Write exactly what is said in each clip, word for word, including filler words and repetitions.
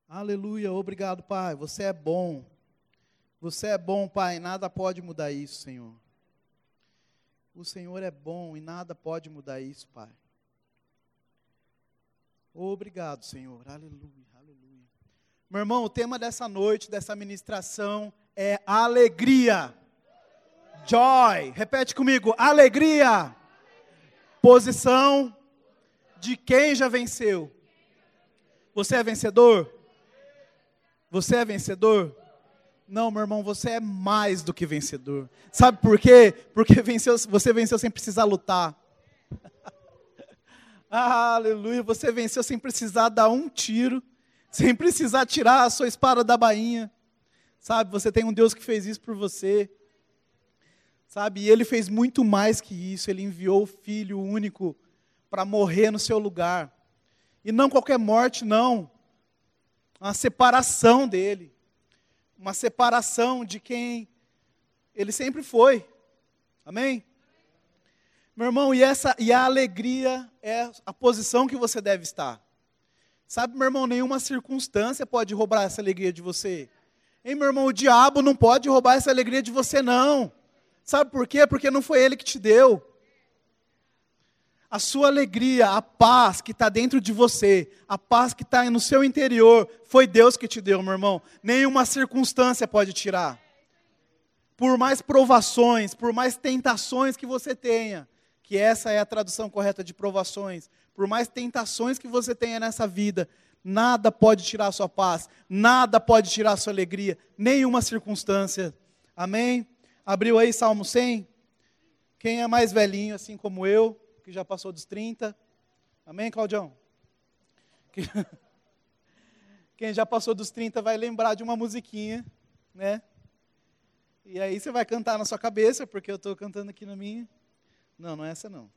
Aleluia, obrigado, Pai. Você é bom. Você é bom, Pai, nada pode mudar isso, Senhor. O Senhor é bom e nada pode mudar isso, Pai. Obrigado, Senhor. Aleluia, aleluia. Meu irmão, o tema dessa noite, dessa ministração é alegria. Joy. Repete comigo, alegria. Posição de quem já venceu. Você é vencedor? Você é vencedor? Não, meu irmão, você é mais do que vencedor. Sabe por quê? Porque venceu, você venceu sem precisar lutar. Aleluia, você venceu sem precisar dar um tiro, sem precisar tirar a sua espada da bainha. Sabe, você tem um Deus que fez isso por você. Sabe, e Ele fez muito mais que isso. Ele enviou o Filho único para morrer no seu lugar. E não qualquer morte, não. Uma separação dele. Uma separação de quem ele sempre foi. Amém? Meu irmão, e, essa, e a alegria é a posição que você deve estar. Sabe, meu irmão, nenhuma circunstância pode roubar essa alegria de você. Hein, meu irmão, o diabo não pode roubar essa alegria de você, não. Sabe por quê? Porque não foi ele que te deu. A sua alegria, a paz que está dentro de você, a paz que está no seu interior, foi Deus que te deu, meu irmão. Nenhuma circunstância pode tirar. Por mais provações, por mais tentações que você tenha, que essa é a tradução correta de provações, por mais tentações que você tenha nessa vida, nada pode tirar a sua paz, nada pode tirar a sua alegria, nenhuma circunstância. Amém? Abriu aí Salmo cem? Quem é mais velhinho, assim como eu, que já passou dos trinta. Amém, Claudião? Quem já passou dos trinta vai lembrar de uma musiquinha, né? E aí você vai cantar na sua cabeça, porque eu estou cantando aqui na minha. Não, não é essa não.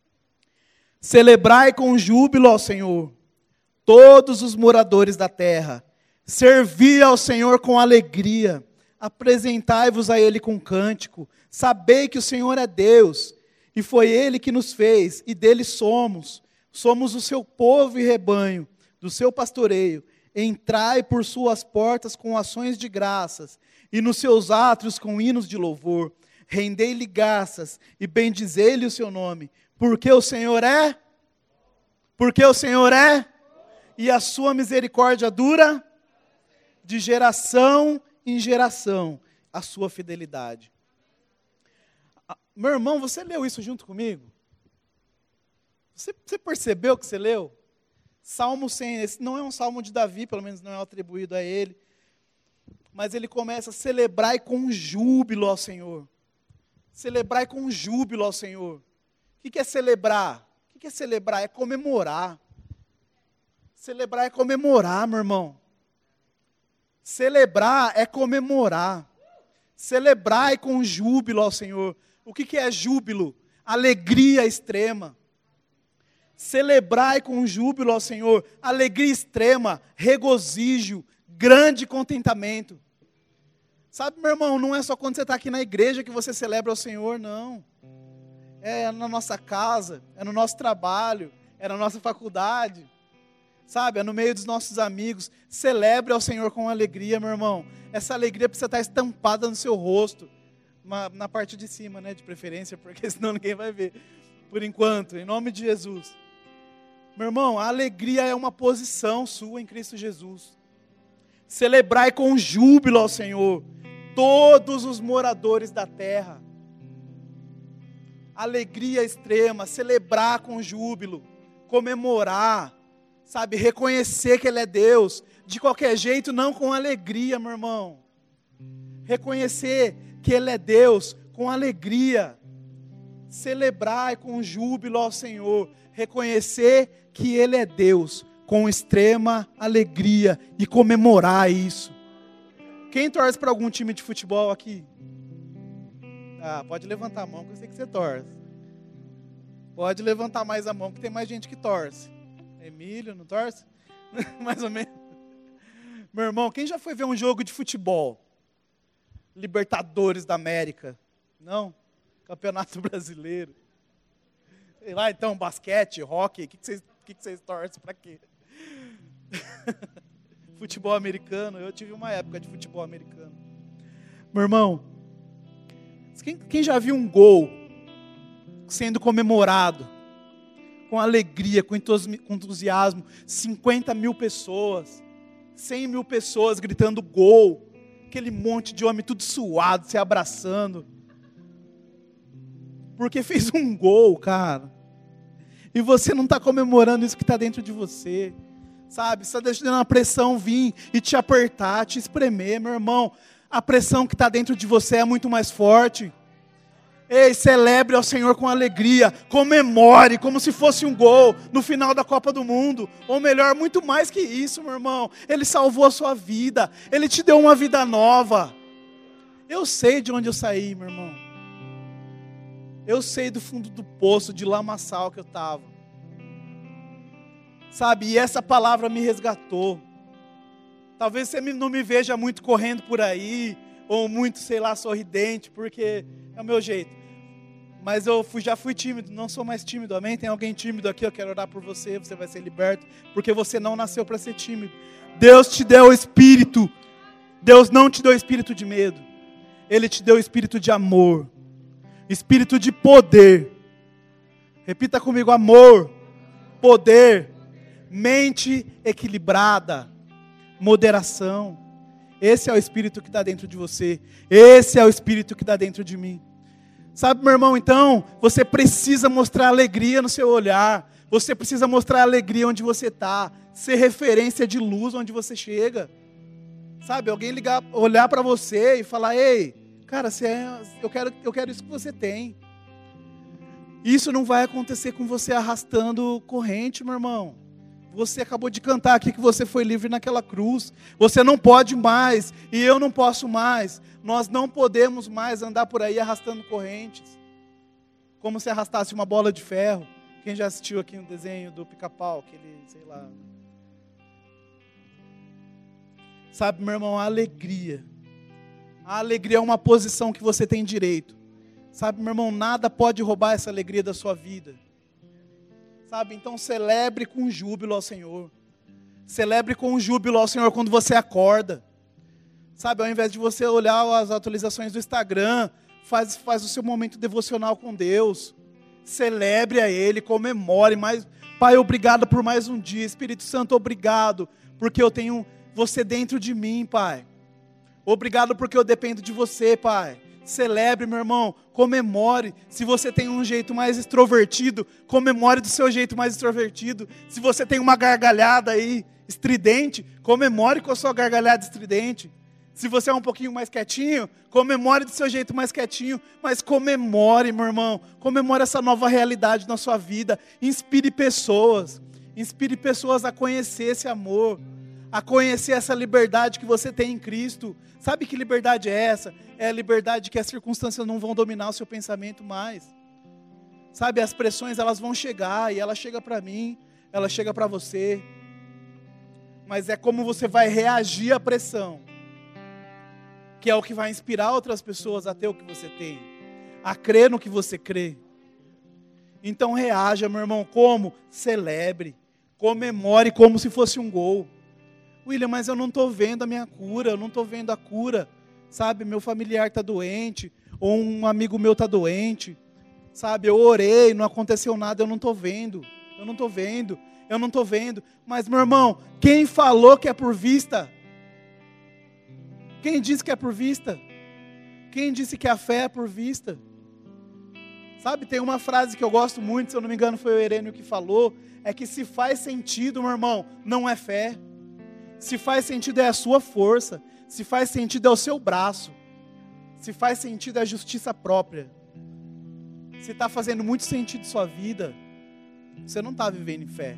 Celebrai com júbilo ao Senhor, todos os moradores da terra. Servi ao Senhor com alegria. Apresentai-vos a Ele com cântico. Sabei que o Senhor é Deus. E foi Ele que nos fez, e dele somos. Somos o seu povo e rebanho, do seu pastoreio. Entrai por suas portas com ações de graças, e nos seus átrios com hinos de louvor. Rendei-lhe graças, e bendizei-lhe o seu nome. Porque o Senhor é? Porque o Senhor é? E a sua misericórdia dura? De geração em geração, a sua fidelidade. Meu irmão, você leu isso junto comigo? Você, você percebeu que você leu? Salmo cem, esse não é um salmo de Davi, pelo menos não é atribuído a ele. Mas ele começa a celebrar com júbilo ao Senhor. Celebrar com júbilo ao Senhor. O que é celebrar? O que é celebrar? É comemorar. Celebrar é comemorar, meu irmão. Celebrar é comemorar. Celebrai com júbilo ao Senhor. O que, que é júbilo? Alegria extrema. Celebrai com júbilo ao Senhor. Alegria extrema, regozijo, grande contentamento. Sabe, meu irmão, não é só quando você está aqui na igreja que você celebra ao Senhor, não. É na nossa casa, é no nosso trabalho, é na nossa faculdade. Sabe, é no meio dos nossos amigos. Celebre ao Senhor com alegria, meu irmão. Essa alegria precisa estar estampada no seu rosto. Uma, na parte de cima, né, de preferência, porque senão ninguém vai ver. Por enquanto, em nome de Jesus. Meu irmão, a alegria é uma posição sua em Cristo Jesus. Celebrai com júbilo ao Senhor, todos os moradores da terra. Alegria extrema, celebrar com júbilo, comemorar, sabe, reconhecer que Ele é Deus, de qualquer jeito, não com alegria, meu irmão. Reconhecer que Ele é Deus com alegria. Celebrar com júbilo ao Senhor. Reconhecer que Ele é Deus com extrema alegria e comemorar isso. Quem torce para algum time de futebol aqui? Ah, pode levantar a mão que eu sei que você torce. Pode levantar mais a mão que tem mais gente que torce. Emílio, não torce? Mais ou menos. Meu irmão, quem já foi ver um jogo de futebol? Libertadores da América. Não? Campeonato Brasileiro. Sei lá, então, basquete, hóquei. O que, que, vocês, que, que vocês torcem? Para quê? futebol americano. Eu tive uma época de futebol americano. Meu irmão, quem, quem já viu um gol sendo comemorado com alegria, com entusiasmo, cinquenta mil pessoas, cem mil pessoas gritando gol, aquele monte de homem tudo suado, se abraçando, porque fez um gol, cara, e você não está comemorando isso que está dentro de você, sabe? Você está deixando a pressão vir e te apertar, te espremer, meu irmão. A pressão que está dentro de você é muito mais forte. Ei, celebre ao Senhor com alegria, comemore como se fosse um gol no final da Copa do Mundo, ou melhor, muito mais que isso, meu irmão. Ele salvou a sua vida, Ele te deu uma vida nova. Eu sei de onde eu saí, meu irmão. Eu sei do fundo do poço de lamaçal que eu estava, sabe, e essa palavra me resgatou. Talvez você não me veja muito correndo por aí, ou muito, sei lá, sorridente, porque é o meu jeito. Mas eu fui, já fui tímido, não sou mais tímido, amém? Tem alguém tímido aqui, eu quero orar por você, você vai ser liberto, porque você não nasceu para ser tímido. Deus te deu o espírito, Deus não te deu o espírito de medo, Ele te deu o espírito de amor, espírito de poder. Repita comigo: amor, poder, mente equilibrada, moderação. Esse é o espírito que está dentro de você. Esse é o espírito que está dentro de mim. Sabe, meu irmão, então, você precisa mostrar alegria no seu olhar. Você precisa mostrar alegria onde você está. Ser referência de luz onde você chega. Sabe, alguém ligar, olhar para você e falar: ei, cara, você é, eu, quero, eu quero isso que você tem. Isso não vai acontecer com você arrastando corrente, meu irmão. Você acabou de cantar aqui que você foi livre naquela cruz. Você não pode mais, e eu não posso mais. Nós não podemos mais andar por aí arrastando correntes, como se arrastasse uma bola de ferro. Quem já assistiu aqui um desenho do Pica-Pau, aquele, sei lá. Sabe, meu irmão, a alegria. A alegria é uma posição que você tem direito. Sabe, meu irmão, nada pode roubar essa alegria da sua vida. Sabe, então celebre com júbilo ao Senhor. Celebre com júbilo ao Senhor quando você acorda. Sabe, ao invés de você olhar as atualizações do Instagram, faz, faz o seu momento devocional com Deus. Celebre a Ele, comemore. Mais, Pai, obrigado por mais um dia. Espírito Santo, obrigado, porque eu tenho você dentro de mim, Pai. Obrigado porque eu dependo de você, Pai. Celebre, meu irmão, comemore. Se você tem um jeito mais extrovertido, comemore do seu jeito mais extrovertido. Se você tem uma gargalhada aí, estridente, comemore com a sua gargalhada estridente. Se você é um pouquinho mais quietinho, comemore do seu jeito mais quietinho, mas comemore, meu irmão, comemore essa nova realidade na sua vida. Inspire pessoas, inspire pessoas a conhecer esse amor, a conhecer essa liberdade que você tem em Cristo. Sabe que liberdade é essa? É a liberdade que as circunstâncias não vão dominar o seu pensamento mais. Sabe, as pressões elas vão chegar, e ela chega para mim, ela chega para você. Mas é como você vai reagir à pressão, que é o que vai inspirar outras pessoas a ter o que você tem, a crer no que você crê. Então reaja, meu irmão, como? Celebre, comemore como se fosse um gol. William, mas eu não estou vendo a minha cura, eu não estou vendo a cura, sabe, meu familiar está doente, ou um amigo meu está doente, sabe, eu orei, não aconteceu nada, eu não estou vendo, eu não estou vendo, eu não estou vendo, mas meu irmão, quem falou que é por vista? Quem disse que é por vista? Quem disse que a fé é por vista? Sabe, tem uma frase que eu gosto muito, se eu não me engano foi o Herênio que falou, é que se faz sentido, meu irmão, não é fé. Se faz sentido é a sua força, se faz sentido é o seu braço, se faz sentido é a justiça própria. Se está fazendo muito sentido em sua vida, você não está vivendo em fé.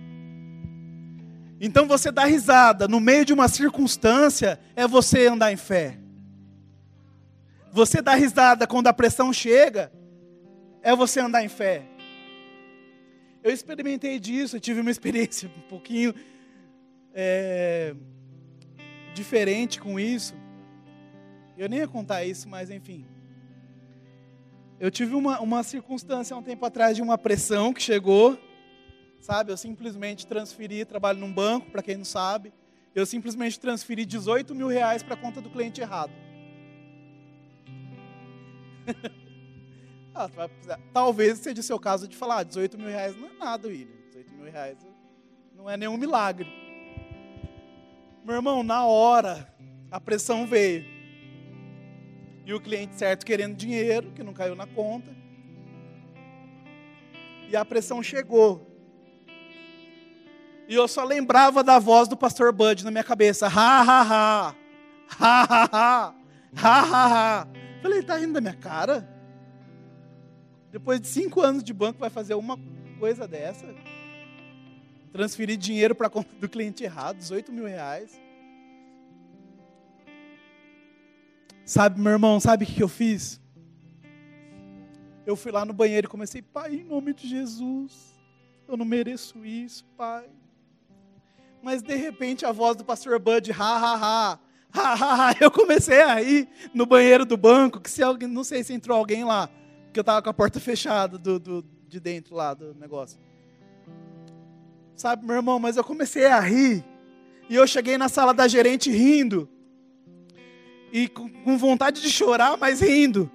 Então você dá risada no meio de uma circunstância, é você andar em fé. Você dá risada quando a pressão chega, é você andar em fé. Eu experimentei disso, eu tive uma experiência um pouquinho é, diferente com isso. Eu nem ia contar isso, mas enfim. Eu tive uma, uma circunstância há um tempo atrás de uma pressão que chegou. Sabe, eu simplesmente transferi, trabalho num banco, para quem não sabe. Eu simplesmente transferi dezoito mil reais para a conta do cliente errado. ah, talvez seja o seu caso de falar, dezoito mil reais não é nada, William. dezoito mil reais não é nenhum milagre. Meu irmão, na hora, a pressão veio. E o cliente certo querendo dinheiro, que não caiu na conta. E a pressão chegou. E eu só lembrava da voz do pastor Bud na minha cabeça. Ha, ha, ha. Ha, ha, ha. Ha, ha, ha. Falei, ele tá rindo da minha cara? Depois de cinco anos de banco, vai fazer uma coisa dessa? Transferir dinheiro para a conta do cliente errado, dezoito mil reais. Sabe, meu irmão, sabe o que eu fiz? Eu fui lá no banheiro e comecei, Pai, em nome de Jesus, eu não mereço isso, Pai. Mas de repente a voz do pastor Bud, ha, ha, ha, ha, ha, ha, eu comecei a rir no banheiro do banco, que se alguém, não sei se entrou alguém lá, porque eu estava com a porta fechada do, do, de dentro lá do negócio. Sabe, meu irmão, mas eu comecei a rir, e eu cheguei na sala da gerente rindo, e com, com vontade de chorar, mas rindo.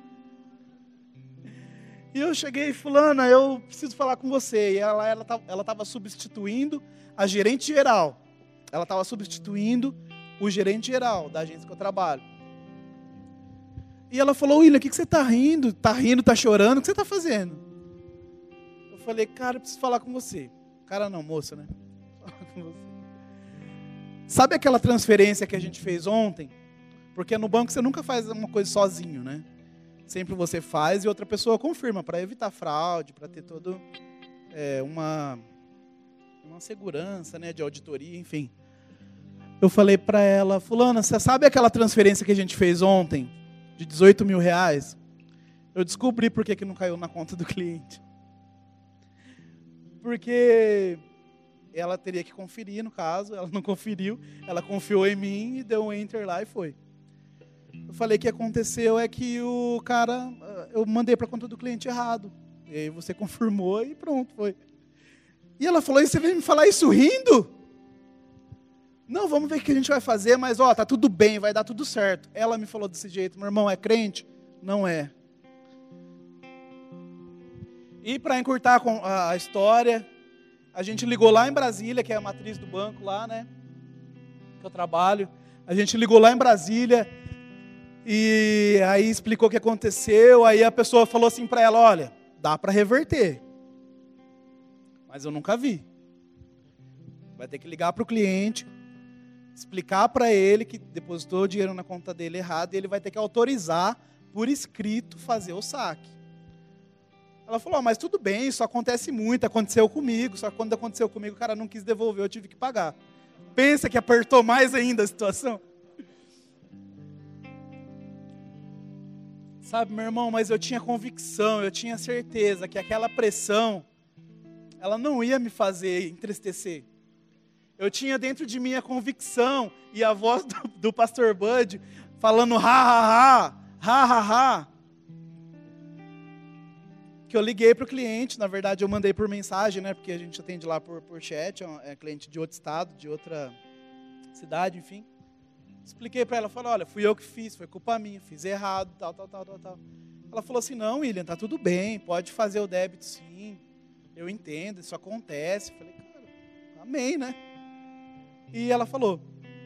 E eu cheguei, fulana, eu preciso falar com você. E ela ela ela estava substituindo a gerente geral. Ela estava substituindo o gerente geral da agência que eu trabalho. E ela falou, William, o que, que você está rindo? Está rindo, está chorando? O que você está fazendo? Eu falei, cara, eu preciso falar com você. Cara não, moça, né? Falar com você. Sabe aquela transferência que a gente fez ontem? Porque no banco você nunca faz uma coisa sozinho, né? Sempre você faz e outra pessoa confirma, para evitar fraude, para ter todo é, uma, uma segurança, né, de auditoria, enfim. Eu falei para ela, fulana, você sabe aquela transferência que a gente fez ontem, de dezoito mil reais? Eu descobri por que que não caiu na conta do cliente. Porque ela teria que conferir, no caso, ela não conferiu, ela confiou em mim e deu um enter lá e foi. Eu falei que aconteceu é que o cara, eu mandei para a conta do cliente errado. E aí você confirmou e pronto, foi. E ela falou, e você veio me falar isso rindo? Não, vamos ver o que a gente vai fazer, mas ó, tá tudo bem, vai dar tudo certo. Ela me falou desse jeito, meu irmão, é crente? Não é. E para encurtar a história, a gente ligou lá em Brasília, que é a matriz do banco lá, né? Que eu trabalho. A gente ligou lá em Brasília e aí explicou o que aconteceu. Aí a pessoa falou assim para ela, olha, dá para reverter. Mas eu nunca vi. Vai ter que ligar para o cliente, explicar para ele que depositou o dinheiro na conta dele errado e ele vai ter que autorizar por escrito fazer o saque. Ela falou, oh, mas tudo bem, isso acontece muito, aconteceu comigo, só que quando aconteceu comigo o cara não quis devolver, eu tive que pagar. Pensa que apertou mais ainda a situação. Sabe, meu irmão, mas eu tinha convicção, eu tinha certeza que aquela pressão, ela não ia me fazer entristecer. Eu tinha dentro de mim a convicção e a voz do, do pastor Bud falando ha, ha, ha, ha, ha, ha. Que eu liguei para o cliente, na verdade eu mandei por mensagem, né, porque a gente atende lá por, por chat, é cliente de outro estado, de outra cidade, enfim. Expliquei para ela, falei, olha, fui eu que fiz, foi culpa minha, fiz errado, tal, tal, tal, tal, tal. Ela falou assim, não, William, tá tudo bem, pode fazer o débito sim, eu entendo, isso acontece. Falei, cara, amém, né? E ela falou,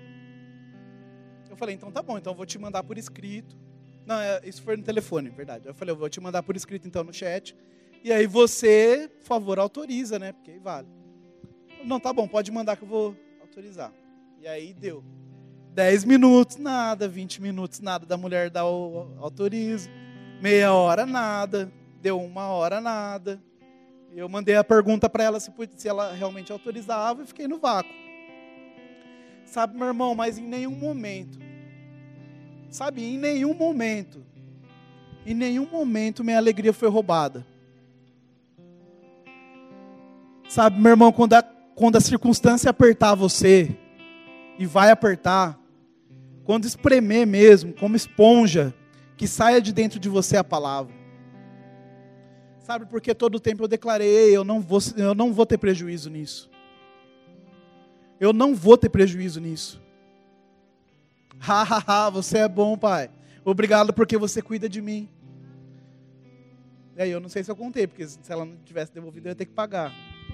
eu falei, então tá bom, então eu vou te mandar por escrito. Não, isso foi no telefone, verdade. Eu falei, eu vou te mandar por escrito então no chat. E aí você, por favor, autoriza, né? Porque aí vale. Não, tá bom, pode mandar que eu vou autorizar. E aí deu. Dez minutos, nada. Vinte minutos, nada. Da mulher dar o autoriza. Meia hora, nada. Deu uma hora, nada. Eu mandei a pergunta para ela se, se ela realmente autorizava e fiquei no vácuo. Sabe, meu irmão, mas em nenhum momento, sabe, em nenhum momento, em nenhum momento minha alegria foi roubada. Sabe, meu irmão, quando a, quando a circunstância apertar você, e vai apertar, quando espremer mesmo, como esponja, que saia de dentro de você a palavra. Sabe, porque todo o tempo eu declarei, eu não vou, eu não vou ter prejuízo nisso. Eu não vou ter prejuízo nisso. Ha, ha, ha, você é bom, Pai. Obrigado porque você cuida de mim. E aí, eu não sei se eu contei, porque se ela não tivesse devolvido, eu ia ter que pagar.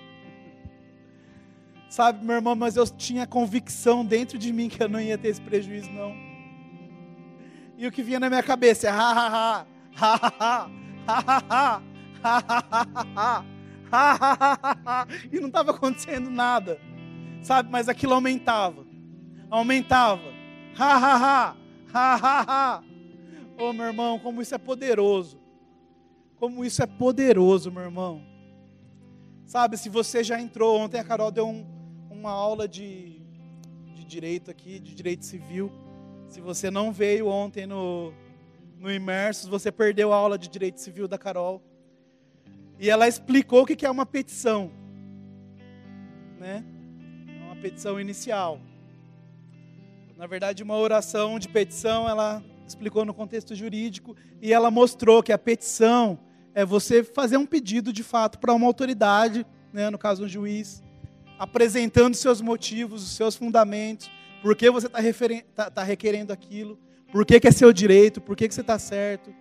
Sabe, meu irmão, mas eu tinha convicção dentro de mim que eu não ia ter esse prejuízo, não. E o que vinha na minha cabeça é ha, ha, ha, ha, ha, ha, ha, ha, ha, e não estava acontecendo nada, sabe, mas aquilo aumentava, aumentava, ha, ha, ha, ha, ha, ha. Oh, meu irmão, como isso é poderoso, como isso é poderoso, meu irmão. Sabe, se você já entrou, ontem a Carol deu um, uma aula de, de direito aqui, de direito civil. Se você não veio ontem no, no Imersos, você perdeu a aula de direito civil da Carol. E ela explicou o que é uma petição, né? Uma petição inicial. Na verdade, uma oração de petição, ela explicou no contexto jurídico, e ela mostrou que a petição é você fazer um pedido de fato para uma autoridade, né, no caso um juiz, apresentando seus motivos, os seus fundamentos, por que você está tá, tá requerendo aquilo, por que, que é seu direito, por que, que você está certo.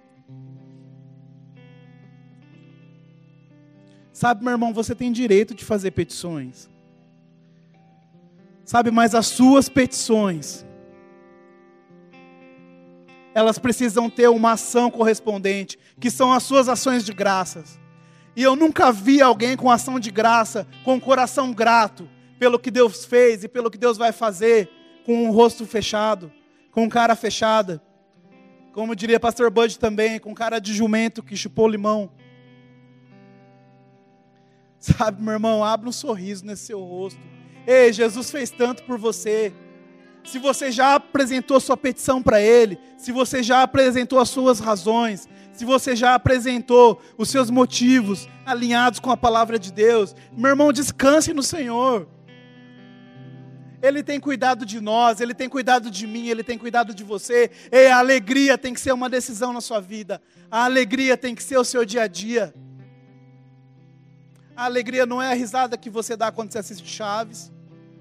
Sabe, meu irmão, você tem direito de fazer petições. Sabe, mas as suas petições, elas precisam ter uma ação correspondente, que são as suas ações de graças. E eu nunca vi alguém com ação de graça, com o coração grato, pelo que Deus fez e pelo que Deus vai fazer, com o rosto fechado, com cara fechada. Como diria pastor Bud também, com cara de jumento que chupou limão. Sabe, meu irmão, abre um sorriso nesse seu rosto. Ei, Jesus fez tanto por você. Se você já apresentou sua petição para Ele, se você já apresentou as suas razões, se você já apresentou os seus motivos alinhados com a palavra de Deus, meu irmão, descanse no Senhor. Ele tem cuidado de nós, Ele tem cuidado de mim, Ele tem cuidado de você. E a alegria tem que ser uma decisão na sua vida. A alegria tem que ser o seu dia a dia. A alegria não é a risada que você dá quando você assiste Chaves.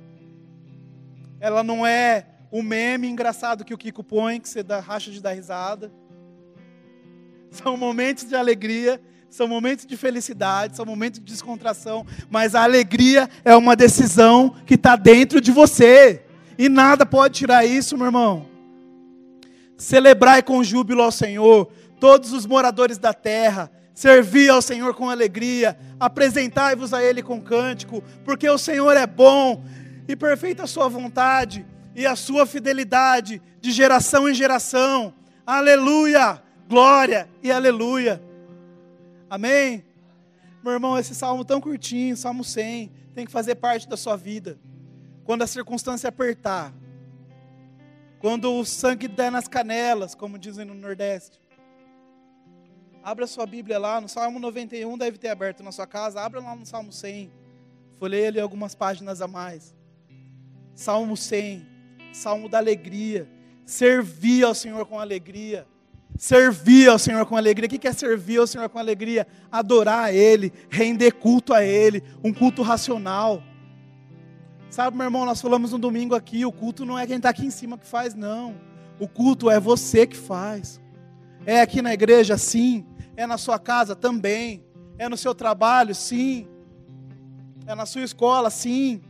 Ela não é o meme engraçado que o Kiko põe, que você dá, racha de dar risada. São momentos de alegria, são momentos de felicidade, são momentos de descontração, mas a alegria é uma decisão que está dentro de você, e nada pode tirar isso, meu irmão. Celebrai com júbilo ao Senhor, todos os moradores da terra, servi ao Senhor com alegria, apresentai-vos a Ele com cântico, porque o Senhor é bom, e perfeita a sua vontade, e a sua fidelidade, de geração em geração, aleluia, glória e aleluia. Amém? Meu irmão, esse salmo tão curtinho, Salmo cem, tem que fazer parte da sua vida. Quando a circunstância apertar, quando o sangue der nas canelas, como dizem no Nordeste. Abra sua Bíblia lá, no Salmo noventa e um, deve ter aberto na sua casa, abra lá no Salmo cem, folheie ali algumas páginas a mais. Salmo cem, Salmo da alegria, servir ao Senhor com alegria. Servir ao Senhor com alegria. O que é servir ao Senhor com alegria? Adorar a Ele, render culto a Ele, um culto racional. Sabe, meu irmão, nós falamos no domingo aqui, o culto não é quem está aqui em cima que faz, não. O culto é você que faz. É aqui na igreja, sim. É na sua casa, também. É no seu trabalho, sim. É na sua escola, sim.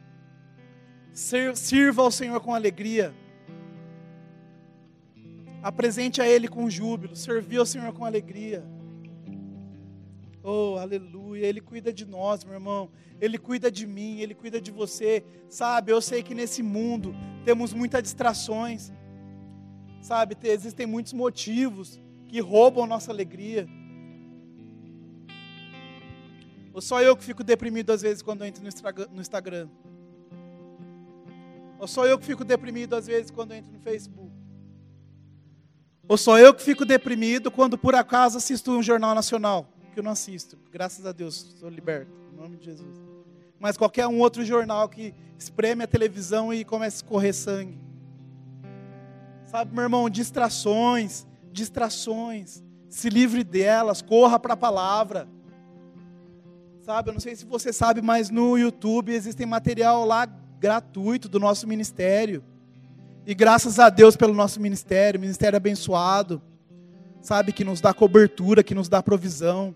Sirva ao Senhor com alegria. Apresente a Ele com júbilo. Servir ao Senhor com alegria. Oh, aleluia. Ele cuida de nós, meu irmão. Ele cuida de mim, Ele cuida de você. Sabe, eu sei que nesse mundo temos muitas distrações. Sabe, existem muitos motivos que roubam nossa alegria. Ou só eu que fico deprimido às vezes quando eu entro no Instagram? Ou só eu que fico deprimido às vezes quando eu entro no Facebook? Ou só eu que fico deprimido quando por acaso assisto um jornal nacional? Que eu não assisto, graças a Deus, sou liberto, em nome de Jesus. Mas qualquer um outro jornal que espreme a televisão e comece a escorrer sangue. Sabe, meu irmão, distrações, distrações. Se livre delas, corra para a palavra. Sabe, eu não sei se você sabe, mas no YouTube existem material lá gratuito do nosso ministério. E graças a Deus pelo nosso ministério, ministério abençoado, sabe, que nos dá cobertura, que nos dá provisão.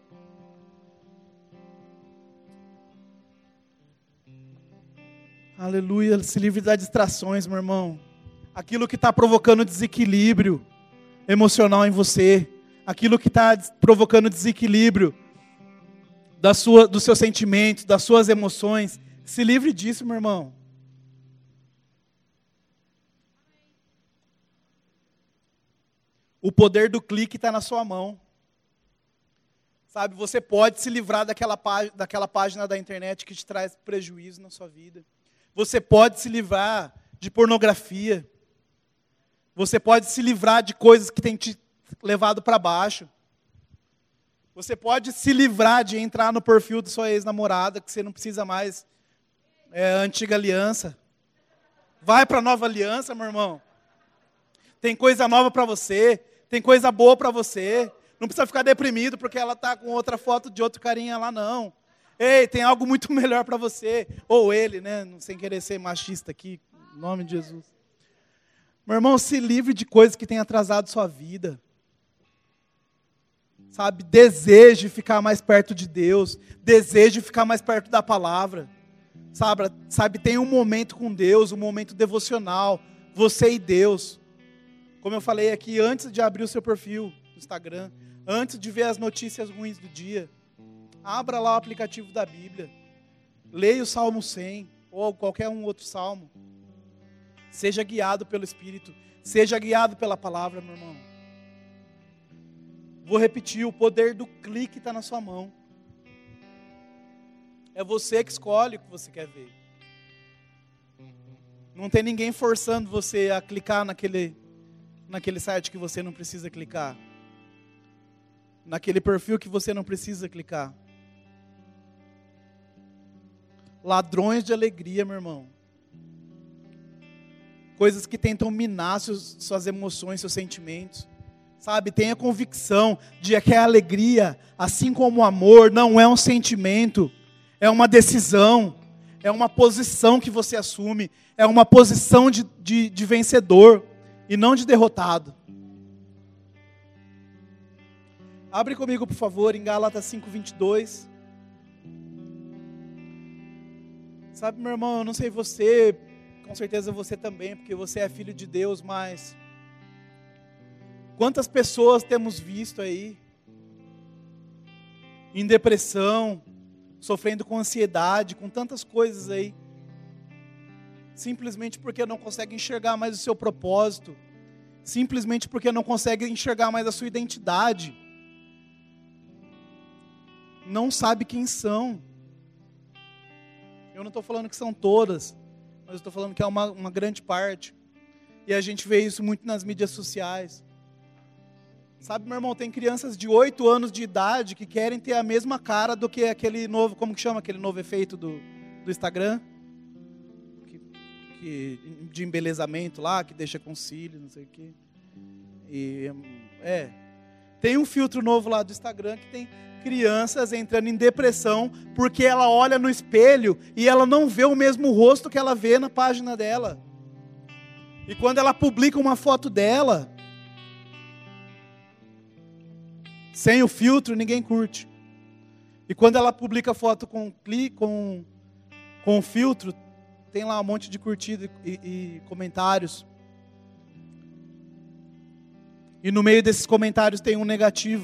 Aleluia, se livre das distrações, meu irmão. Aquilo que está provocando desequilíbrio emocional em você, aquilo que está provocando desequilíbrio da sua, dos seus sentimentos, das suas emoções, se livre disso, meu irmão. O poder do clique está na sua mão. Sabe, você pode se livrar daquela, pá- daquela página da internet que te traz prejuízo na sua vida. Você pode se livrar de pornografia. Você pode se livrar de coisas que têm te levado para baixo. Você pode se livrar de entrar no perfil da sua ex-namorada, que você não precisa mais, é a antiga aliança. Vai para a nova aliança, meu irmão. Tem coisa nova para você. Tem coisa boa para você. Não precisa ficar deprimido porque ela está com outra foto de outro carinha lá, não. Ei, tem algo muito melhor para você. Ou ele, né? Sem querer ser machista aqui, em nome de Jesus. Meu irmão, se livre de coisas que têm atrasado sua vida. Sabe, deseje ficar mais perto de Deus. Deseje ficar mais perto da palavra. Sabe, sabe, tem um momento com Deus, um momento devocional. Você e Deus. Como eu falei aqui, antes de abrir o seu perfil no Instagram, antes de ver as notícias ruins do dia, abra lá o aplicativo da Bíblia, leia o Salmo cem, ou qualquer um outro salmo, seja guiado pelo Espírito, seja guiado pela palavra, meu irmão. Vou repetir, o poder do clique está na sua mão, é você que escolhe o que você quer ver, não tem ninguém forçando você a clicar naquele naquele site que você não precisa clicar, naquele perfil que você não precisa clicar. Ladrões de alegria, meu irmão. Coisas que tentam minar seus, suas emoções, seus sentimentos. Sabe, tenha convicção de que a alegria, assim como o amor, não é um sentimento, é uma decisão, é uma posição que você assume, é uma posição de, de, de vencedor. E não de derrotado. Abre comigo, por favor, em Gálatas cinco, vinte e dois. Sabe, meu irmão, eu não sei você, com certeza você também, porque você é filho de Deus, mas quantas pessoas temos visto aí, em depressão, sofrendo com ansiedade, com tantas coisas aí, simplesmente porque não consegue enxergar mais o seu propósito, simplesmente porque não consegue enxergar mais a sua identidade, não sabe quem são. Eu não estou falando que são todas, mas eu estou falando que é uma, uma grande parte, e a gente vê isso muito nas mídias sociais. Sabe, meu irmão, tem crianças de oito anos de idade que querem ter a mesma cara do que aquele novo, como que chama aquele novo efeito do, do Instagram? Que, de embelezamento lá, que deixa com cílios, não sei o quê. E, é, tem um filtro novo lá do Instagram que tem crianças entrando em depressão porque ela olha no espelho e ela não vê o mesmo rosto que ela vê na página dela. E quando ela publica uma foto dela, sem o filtro, ninguém curte. E quando ela publica foto com clique, com, com o filtro, tem lá um monte de curtida e, e comentários. E no meio desses comentários tem um negativo,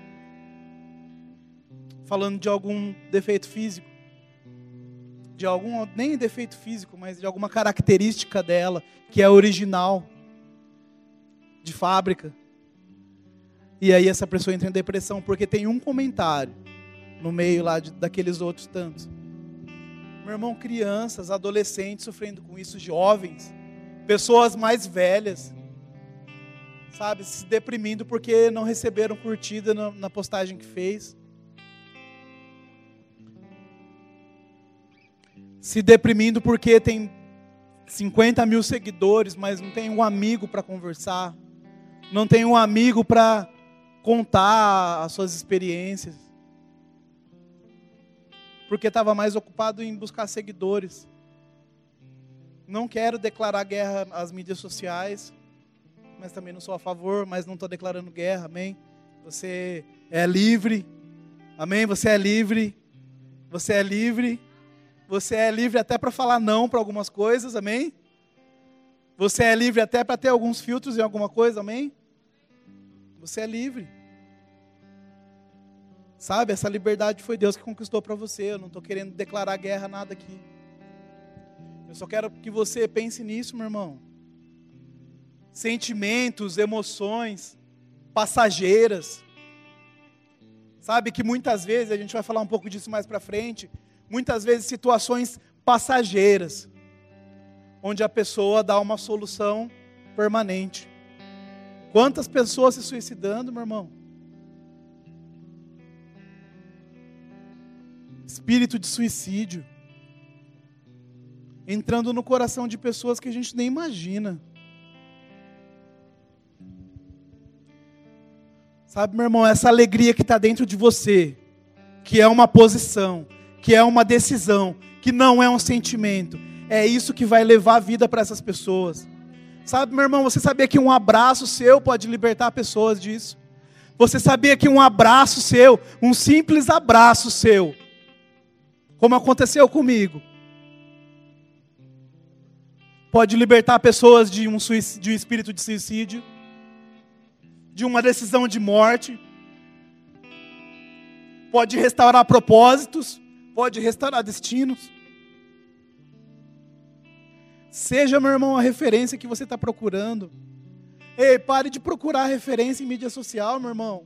falando de algum defeito físico. De algum, nem defeito físico, mas de alguma característica dela, que é original, de fábrica. E aí essa pessoa entra em depressão, porque tem um comentário no meio lá de, daqueles outros tantos. Meu irmão, crianças, adolescentes sofrendo com isso, jovens, pessoas mais velhas, sabe, se deprimindo porque não receberam curtida na, na postagem que fez. Se deprimindo porque tem cinquenta mil seguidores, mas não tem um amigo para conversar, não tem um amigo para contar as suas experiências. Porque estava mais ocupado em buscar seguidores. Não quero declarar guerra às mídias sociais, mas também não sou a favor, mas não estou declarando guerra, amém? Você é livre, amém? Você é livre, você é livre, você é livre até para falar não para algumas coisas, amém? Você é livre até para ter alguns filtros em alguma coisa, amém? Você é livre. Sabe, essa liberdade foi Deus que conquistou para você. Eu não estou querendo declarar guerra a nada aqui. Eu só quero que você pense nisso, meu irmão. Sentimentos, emoções, passageiras. Sabe que muitas vezes, a gente vai falar um pouco disso mais para frente, muitas vezes situações passageiras, onde a pessoa dá uma solução permanente. Quantas pessoas se suicidando, meu irmão? Espírito de suicídio entrando no coração de pessoas que a gente nem imagina. Sabe, meu irmão, essa alegria que está dentro de você, que é uma posição, que é uma decisão, que não é um sentimento, é isso que vai levar a vida para essas pessoas. Sabe, meu irmão, você sabia que um abraço seu pode libertar pessoas disso? Você sabia que um abraço seu, um simples abraço seu, como aconteceu comigo, pode libertar pessoas de um, suicídio, de um espírito de suicídio, de uma decisão de morte, pode restaurar propósitos, pode restaurar destinos. Seja, meu irmão, a referência que você está procurando. Ei, pare de procurar referência em mídia social, meu irmão.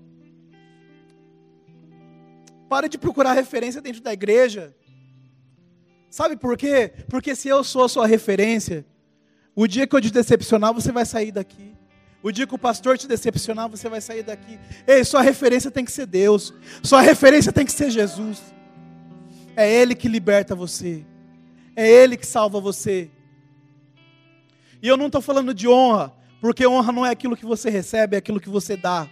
Pare de procurar referência dentro da igreja. Sabe por quê? Porque se eu sou a sua referência, o dia que eu te decepcionar, você vai sair daqui. O dia que o pastor te decepcionar, você vai sair daqui. Ei, sua referência tem que ser Deus. Sua referência tem que ser Jesus. É Ele que liberta você. É Ele que salva você. E eu não estou falando de honra, porque honra não é aquilo que você recebe, é aquilo que você dá.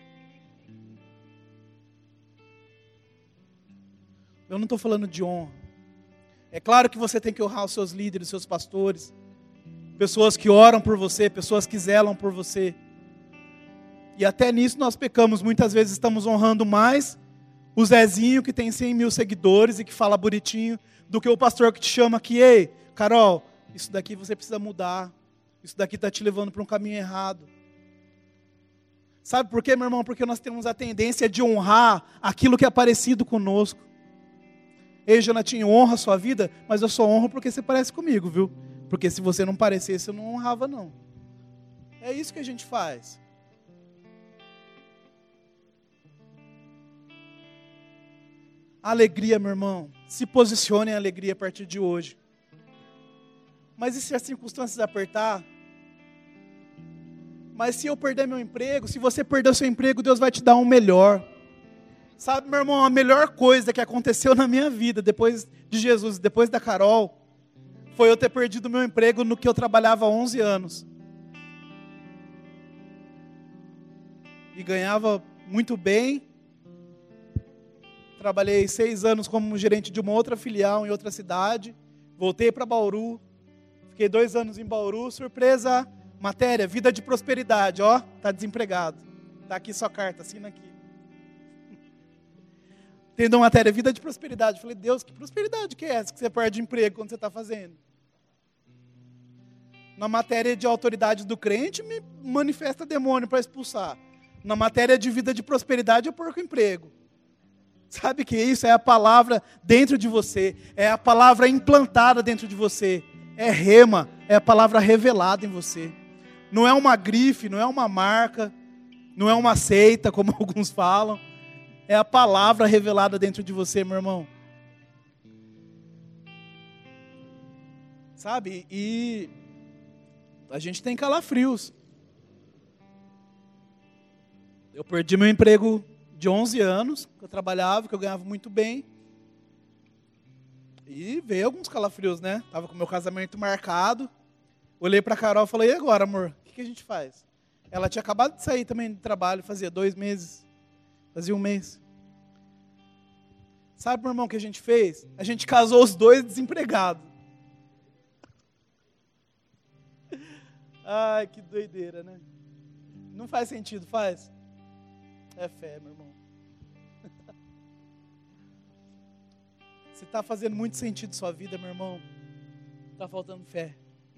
Eu não estou falando de honra. É claro que você tem que honrar os seus líderes, os seus pastores, pessoas que oram por você, pessoas que zelam por você. E até nisso nós pecamos. Muitas vezes estamos honrando mais o Zezinho que tem cem mil seguidores e que fala bonitinho, do que o pastor que te chama aqui: ei, Carol, isso daqui você precisa mudar. Isso daqui está te levando para um caminho errado. Sabe por quê, meu irmão? Porque nós temos a tendência de honrar aquilo que é parecido conosco. Ei, Jonatinho, honra a sua vida, mas eu só honro porque você parece comigo, viu? Porque se você não parecesse, eu não honrava, não. É isso que a gente faz. Alegria, meu irmão. Se posicione em alegria a partir de hoje. Mas e se as circunstâncias apertar? Mas se eu perder meu emprego, se você perder o seu emprego, Deus vai te dar um melhor. Sabe, meu irmão, a melhor coisa que aconteceu na minha vida, depois de Jesus, depois da Carol, foi eu ter perdido meu emprego no que eu trabalhava há onze anos. E ganhava muito bem. Trabalhei seis anos como gerente de uma outra filial em outra cidade. Voltei para Bauru. Fiquei dois anos em Bauru. Surpresa, matéria, vida de prosperidade. Ó, tá desempregado. Tá aqui sua carta, assina aqui. Tendo matéria, vida de prosperidade. Falei, Deus, que prosperidade que é essa que você perde emprego quando você está fazendo? Na matéria de autoridade do crente, me manifesta demônio para expulsar. Na matéria de vida de prosperidade, eu perco emprego. Sabe o que é isso? É a palavra dentro de você. É a palavra implantada dentro de você. É rema, é a palavra revelada em você. Não é uma grife, não é uma marca, não é uma seita, como alguns falam. É a palavra revelada dentro de você, meu irmão. Sabe? E a gente tem calafrios. Eu perdi meu emprego de onze anos, que eu trabalhava, que eu ganhava muito bem. E veio alguns calafrios, né? Tava com meu casamento marcado. Olhei pra Carol e falei, e agora, amor? O que, que a gente faz? Ela tinha acabado de sair também do trabalho, fazia dois meses. Fazia um mês. Sabe, meu irmão, o que a gente fez? A gente casou os dois desempregados. Ai, que doideira, né? Não faz sentido, faz? É fé, meu irmão. Se está fazendo muito sentido sua vida, meu irmão, está faltando fé.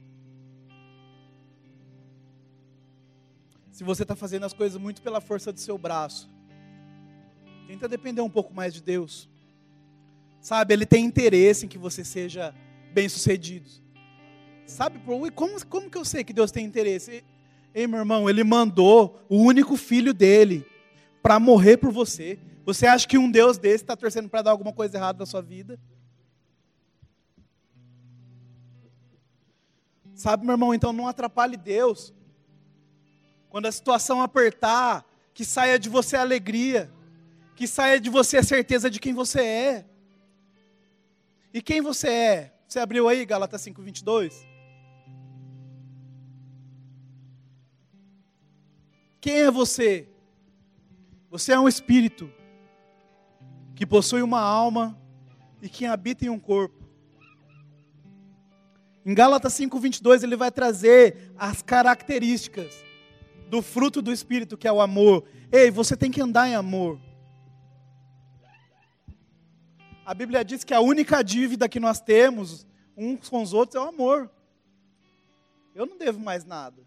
Se você está fazendo as coisas muito pela força do seu braço, tenta depender um pouco mais de Deus. Sabe, Ele tem interesse em que você seja bem-sucedido. Sabe, como, como que eu sei que Deus tem interesse? Ei, meu irmão, Ele mandou o único filho dele para morrer por você. Você acha que um Deus desse está torcendo para dar alguma coisa errada na sua vida? Sabe, meu irmão, então não atrapalhe Deus. Quando a situação apertar, que saia de você a alegria, que saia de você a certeza de quem você é. E quem você é? Você abriu aí Gálatas cinco, vinte e dois? Quem é você? Você é um espírito que possui uma alma e que habita em um corpo. Em Gálatas cinco, vinte e dois, ele vai trazer as características do fruto do Espírito, que é o amor. Ei, você tem que andar em amor. A Bíblia diz que a única dívida que nós temos uns com os outros é o amor. Eu não devo mais nada.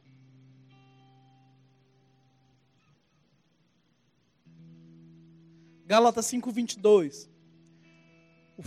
Gálatas cinco, vinte e dois. O,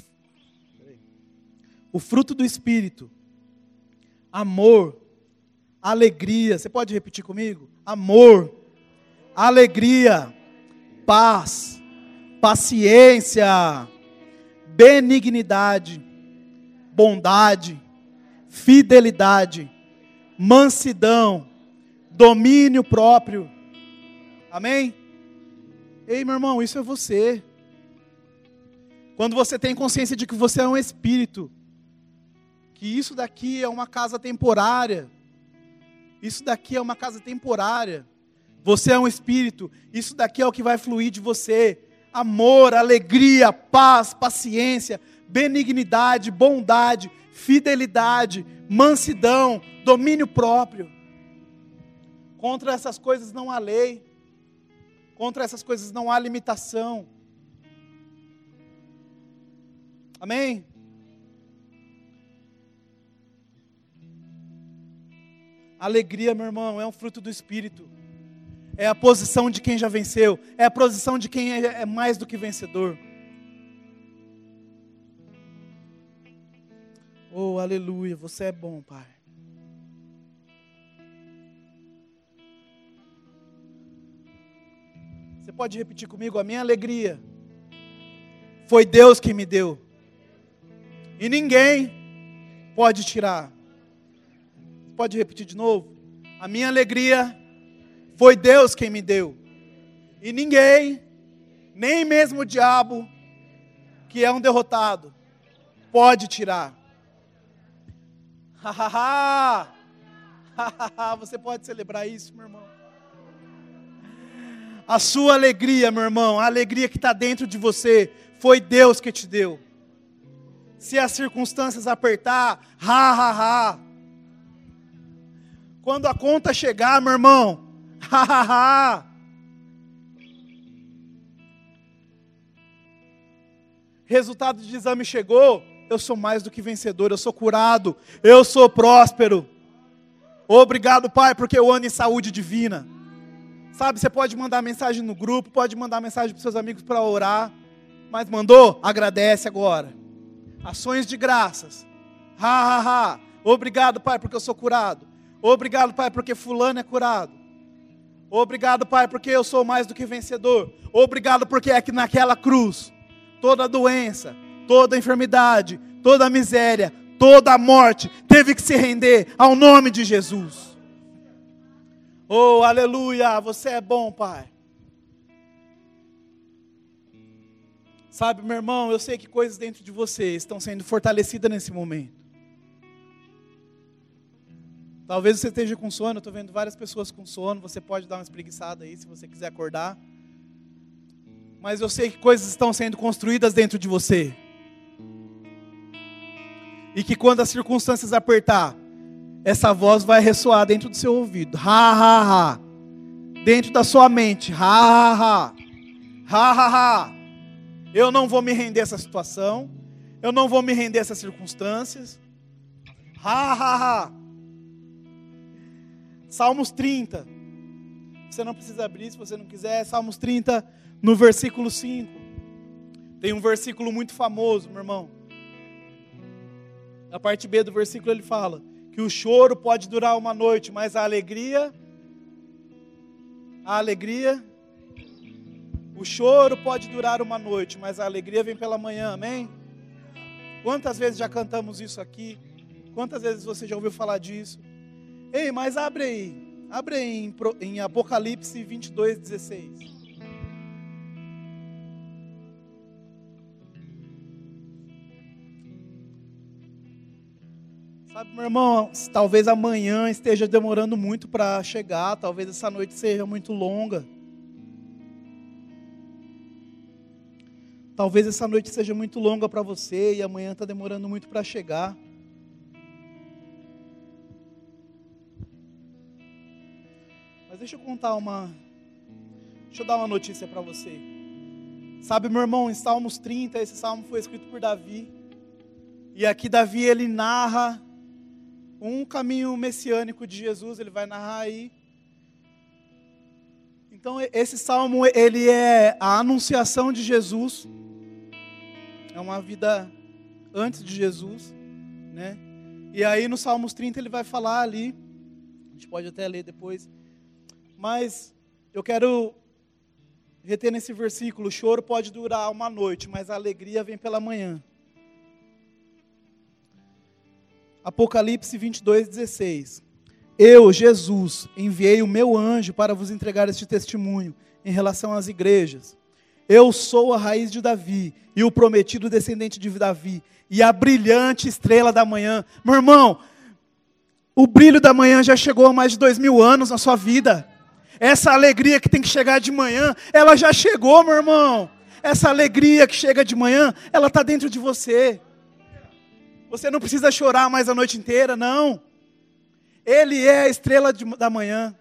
o fruto do Espírito. Amor. Alegria. Você pode repetir comigo? Amor. Alegria. Paz. Paciência. Benignidade. Bondade. Fidelidade. Mansidão. Domínio próprio. Amém? Ei, meu irmão, isso é você. Quando você tem consciência de que você é um espírito, que isso daqui é uma casa temporária, isso daqui é uma casa temporária, você é um espírito, isso daqui é o que vai fluir de você: amor, alegria, paz, paciência, benignidade, bondade, fidelidade, mansidão, domínio próprio. Contra essas coisas não há lei. Contra essas coisas não há limitação. Amém? Alegria, meu irmão, é um fruto do Espírito. É a posição de quem já venceu. É a posição de quem é, é mais do que vencedor. Oh, aleluia, você é bom, Pai. Você pode repetir comigo? A minha alegria foi Deus que me deu. E ninguém pode tirar. Pode repetir de novo? A minha alegria foi Deus quem me deu. E ninguém, nem mesmo o diabo, que é um derrotado, pode tirar. Você pode celebrar isso, meu irmão? A sua alegria, meu irmão, a alegria que está dentro de você, foi Deus que te deu. Se as circunstâncias apertar, ha, ha, ha. Quando a conta chegar, meu irmão, ha, ha, ha. Resultado de exame chegou, eu sou mais do que vencedor, eu sou curado, eu sou próspero. Obrigado, Pai, porque eu ando em saúde divina. Sabe, você pode mandar mensagem no grupo, pode mandar mensagem para os seus amigos para orar. Mas mandou? Agradece agora. Ações de graças. Ha, ha, ha. Obrigado, Pai, porque eu sou curado. Obrigado, Pai, porque fulano é curado. Obrigado, Pai, porque eu sou mais do que vencedor. Obrigado, porque é que naquela cruz, toda doença, toda enfermidade, toda miséria, toda morte, teve que se render ao nome de Jesus. Oh, aleluia, você é bom, Pai. Sabe, meu irmão, eu sei que coisas dentro de você estão sendo fortalecidas nesse momento. Talvez você esteja com sono, eu estou vendo várias pessoas com sono, você pode dar uma espreguiçada aí se você quiser acordar. Mas eu sei que coisas estão sendo construídas dentro de você. E que quando as circunstâncias apertar, essa voz vai ressoar dentro do seu ouvido. Ha, ha, ha. Dentro da sua mente. Ha, ha, ha. Ha, ha, ha. Eu não vou me render a essa situação. Eu não vou me render a essas circunstâncias. Ha, ha, ha. Salmos trinta. Você não precisa abrir se você não quiser. Salmos trinta, no versículo cinco. Tem um versículo muito famoso, meu irmão. Na parte B do versículo ele fala que o choro pode durar uma noite, mas a alegria, a alegria, o choro pode durar uma noite, mas a alegria vem pela manhã, amém? Quantas vezes já cantamos isso aqui? Quantas vezes você já ouviu falar disso? Ei, mas abre aí, abre aí em, em Apocalipse vinte e dois, dezesseis. Sabe, meu irmão, talvez amanhã esteja demorando muito para chegar, talvez essa noite seja muito longa. Talvez essa noite seja muito longa para você e amanhã está demorando muito para chegar. Mas deixa eu contar uma... Deixa eu dar uma notícia para você. Sabe, meu irmão, em Salmos trinta, esse salmo foi escrito por Davi. E aqui Davi, ele narra um caminho messiânico de Jesus, ele vai narrar aí. Então, esse salmo, ele é a anunciação de Jesus. É uma vida antes de Jesus, né? E aí no Salmos trinta ele vai falar ali, a gente pode até ler depois, mas eu quero reter nesse versículo: o choro pode durar uma noite, mas a alegria vem pela manhã. Apocalipse vinte e dois, dezesseis. Eu, Jesus, enviei o meu anjo para vos entregar este testemunho em relação às igrejas. Eu sou a raiz de Davi e o prometido descendente de Davi e a brilhante estrela da manhã. Meu irmão, o brilho da manhã já chegou há mais de dois mil anos na sua vida. Essa alegria que tem que chegar de manhã, ela já chegou, meu irmão. Essa alegria que chega de manhã, ela está dentro de você. Você não precisa chorar mais a noite inteira, não. Ele é a estrela de, da manhã.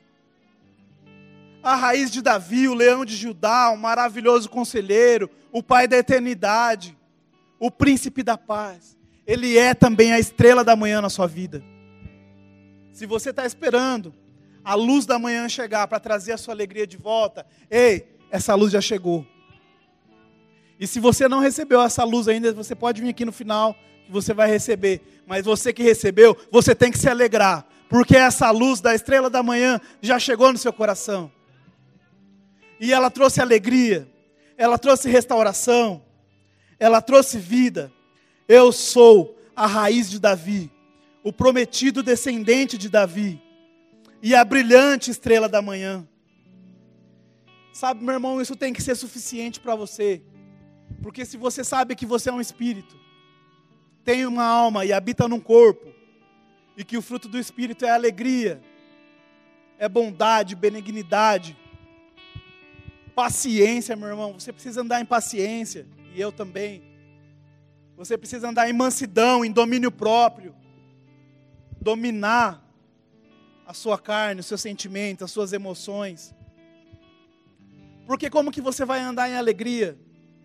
A raiz de Davi, o leão de Judá, o maravilhoso conselheiro, o pai da eternidade, o príncipe da paz. Ele é também a estrela da manhã na sua vida. Se você está esperando a luz da manhã chegar para trazer a sua alegria de volta, ei, essa luz já chegou. E se você não recebeu essa luz ainda, você pode vir aqui no final, que você vai receber. Mas você que recebeu, você tem que se alegrar, porque essa luz da estrela da manhã já chegou no seu coração. E ela trouxe alegria, ela trouxe restauração, ela trouxe vida. Eu sou a raiz de Davi, o prometido descendente de Davi, e a brilhante estrela da manhã. Sabe, meu irmão, isso tem que ser suficiente para você. Porque se você sabe que você é um espírito, tem uma alma e habita num corpo, e que o fruto do Espírito é alegria, é bondade, benignidade, paciência, meu irmão. Você precisa andar em paciência, e eu também. Você precisa andar em mansidão, em domínio próprio, dominar a sua carne, os seus sentimentos, as suas emoções. Porque como que você vai andar em alegria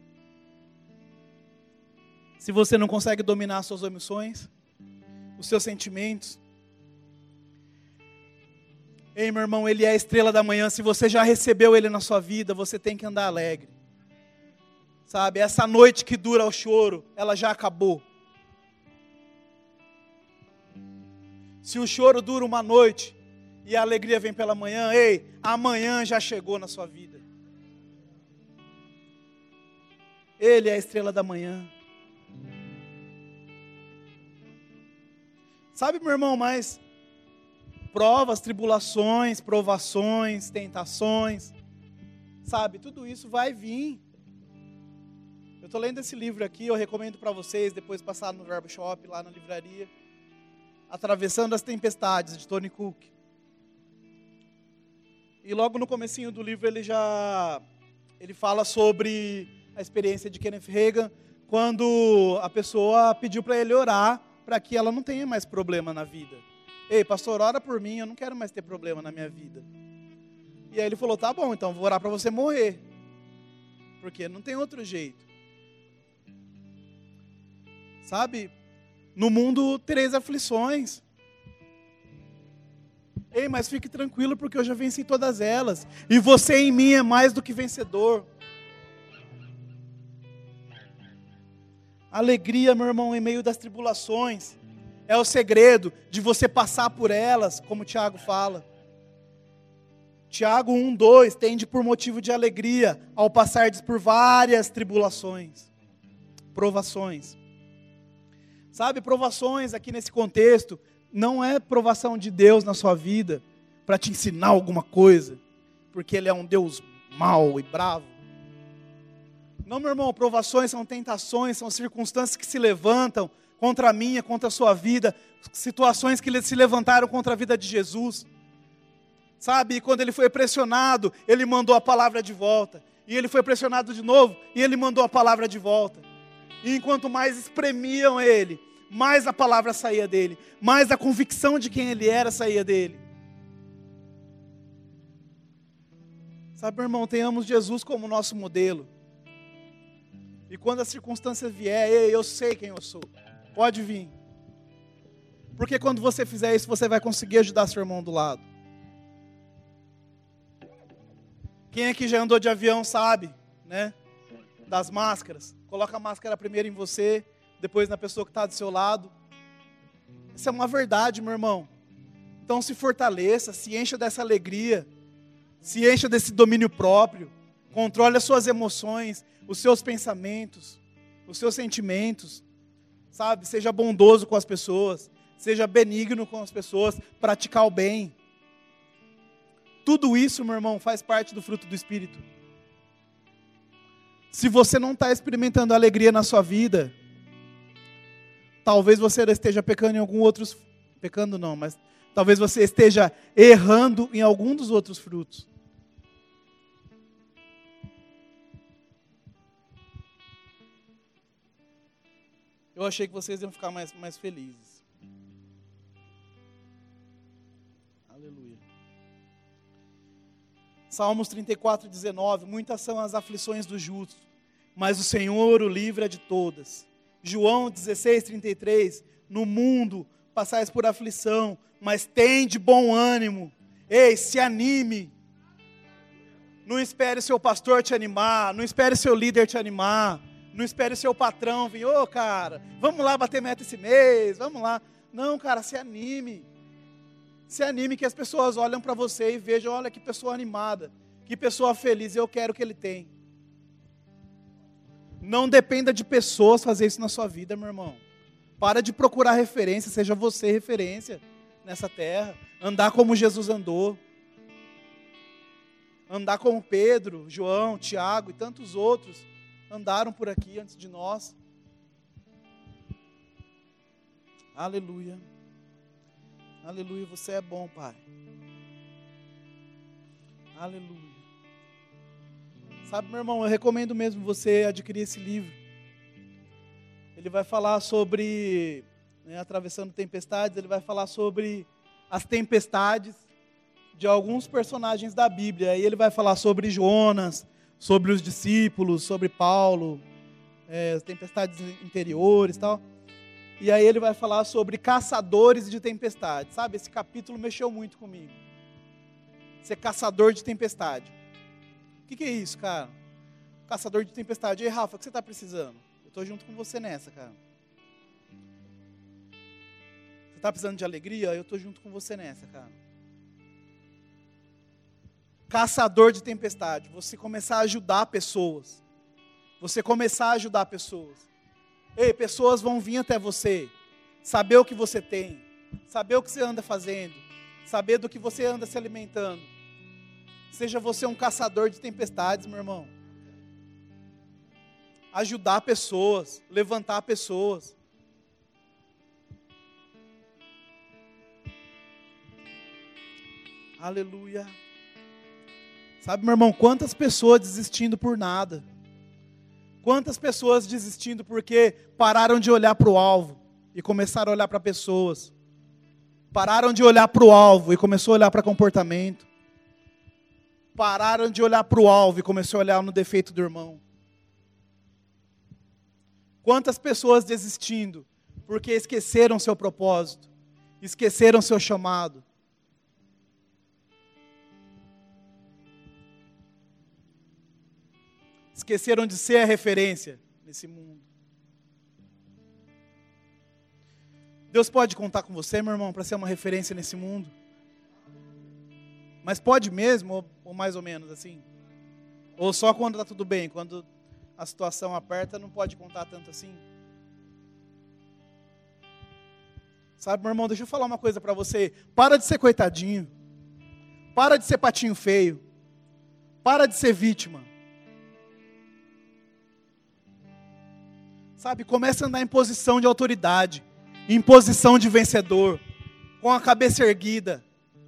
se você não consegue dominar as suas emoções, os seus sentimentos? Ei, meu irmão, Ele é a estrela da manhã. Se você já recebeu Ele na sua vida, você tem que andar alegre. Sabe, essa noite que dura o choro, ela já acabou. Se o choro dura uma noite e a alegria vem pela manhã, ei, amanhã já chegou na sua vida. Ele é a estrela da manhã. Sabe, meu irmão, mas provas, tribulações, provações, tentações, sabe, tudo isso vai vir. Eu estou lendo esse livro aqui, eu recomendo para vocês, depois passar no Verbo Shop, lá na livraria, Atravessando as Tempestades, de Tony Cook. E logo no comecinho do livro ele já, ele fala sobre a experiência de Kenneth Hagin, quando a pessoa pediu para ele orar, para que ela não tenha mais problema na vida. Ei, pastor, ora por mim, eu não quero mais ter problema na minha vida. E aí ele falou, tá bom, então vou orar para você morrer. Porque não tem outro jeito. Sabe? No mundo tereis aflições. Ei, mas fique tranquilo porque eu já venci todas elas. E você em mim é mais do que vencedor. Alegria, meu irmão, em meio das tribulações. É o segredo de você passar por elas, como o Tiago fala. Tiago um, dois, tende por motivo de alegria ao passardes por várias tribulações, provações. Sabe, provações aqui nesse contexto, não é provação de Deus na sua vida, para te ensinar alguma coisa, porque Ele é um Deus mau e bravo. Não, meu irmão, provações são tentações, são circunstâncias que se levantam contra a minha, contra a sua vida, situações que se levantaram contra a vida de Jesus. Sabe, e quando ele foi pressionado, ele mandou a palavra de volta. E ele foi pressionado de novo, e ele mandou a palavra de volta. E enquanto mais espremiam ele, mais a palavra saía dele, mais a convicção de quem ele era saía dele. Sabe, meu irmão, tenhamos Jesus como nosso modelo. E quando a circunstância vier, ei, eu sei quem eu sou. Pode vir. Porque quando você fizer isso, você vai conseguir ajudar seu irmão do lado. Quem aqui já andou de avião sabe, né? Das máscaras. Coloca a máscara primeiro em você, depois na pessoa que está do seu lado. Isso é uma verdade, meu irmão. Então se fortaleça, se encha dessa alegria, se encha desse domínio próprio, controle as suas emoções, os seus pensamentos, os seus sentimentos, sabe? Seja bondoso com as pessoas, seja benigno com as pessoas, praticar o bem. Tudo isso, meu irmão, faz parte do fruto do Espírito. Se você não está experimentando alegria na sua vida, talvez você esteja pecando em algum outros, pecando não, mas talvez você esteja errando em algum dos outros frutos. Eu achei que vocês iam ficar mais, mais felizes. Aleluia. Salmos trinta e quatro, dezenove. Muitas são as aflições do justo, mas o Senhor o livra de todas. João dezesseis, trinta e três. No mundo passais por aflição, mas tende bom ânimo. Ei, se anime. Não espere seu pastor te animar, não espere seu líder te animar. Não espere o seu patrão vir, ô oh, cara, vamos lá bater meta esse mês, vamos lá. Não, cara, se anime. Se anime que as pessoas olham para você e vejam, olha que pessoa animada, que pessoa feliz, eu quero que ele tem. Não dependa de pessoas fazer isso na sua vida, meu irmão. Para de procurar referência, seja você referência nessa terra. Andar como Jesus andou. Andar como Pedro, João, Tiago e tantos outros andaram por aqui antes de nós. Aleluia. Aleluia, você é bom, Pai. Aleluia. Sabe, meu irmão, eu recomendo mesmo você adquirir esse livro. Ele vai falar sobre, né, atravessando tempestades, ele vai falar sobre as tempestades de alguns personagens da Bíblia. Aí ele vai falar sobre Jonas, sobre os discípulos, sobre Paulo, é, as tempestades interiores e tal. E aí ele vai falar sobre caçadores de tempestades. Sabe, esse capítulo mexeu muito comigo. Ser caçador de tempestade. O que, que é isso, cara? Caçador de tempestade. Ei, Rafa, o que você está precisando? Eu estou junto com você nessa, cara. Você está precisando de alegria? Eu estou junto com você nessa, cara. Caçador de tempestade, você começar a ajudar pessoas, você começar a ajudar pessoas, ei, pessoas vão vir até você, saber o que você tem, saber o que você anda fazendo, saber do que você anda se alimentando, seja você um caçador de tempestades, meu irmão, ajudar pessoas, levantar pessoas, aleluia. Sabe, meu irmão, quantas pessoas desistindo por nada. Quantas pessoas desistindo porque pararam de olhar para o alvo e começaram a olhar para pessoas. Pararam de olhar para o alvo e começou a olhar para comportamento. Pararam de olhar para o alvo e começou a olhar no defeito do irmão. Quantas pessoas desistindo porque esqueceram seu propósito, esqueceram seu chamado. Esqueceram de ser a referência nesse mundo. Deus pode contar com você, meu irmão, para ser uma referência nesse mundo? Mas pode mesmo, ou, ou mais ou menos assim? Ou só quando está tudo bem, quando a situação aperta, não pode contar tanto assim? Sabe, meu irmão, deixa eu falar uma coisa para você. Para de ser coitadinho. Para de ser patinho feio. Para de ser vítima. Sabe, começa a andar em posição de autoridade. Em posição de vencedor. Com a cabeça erguida.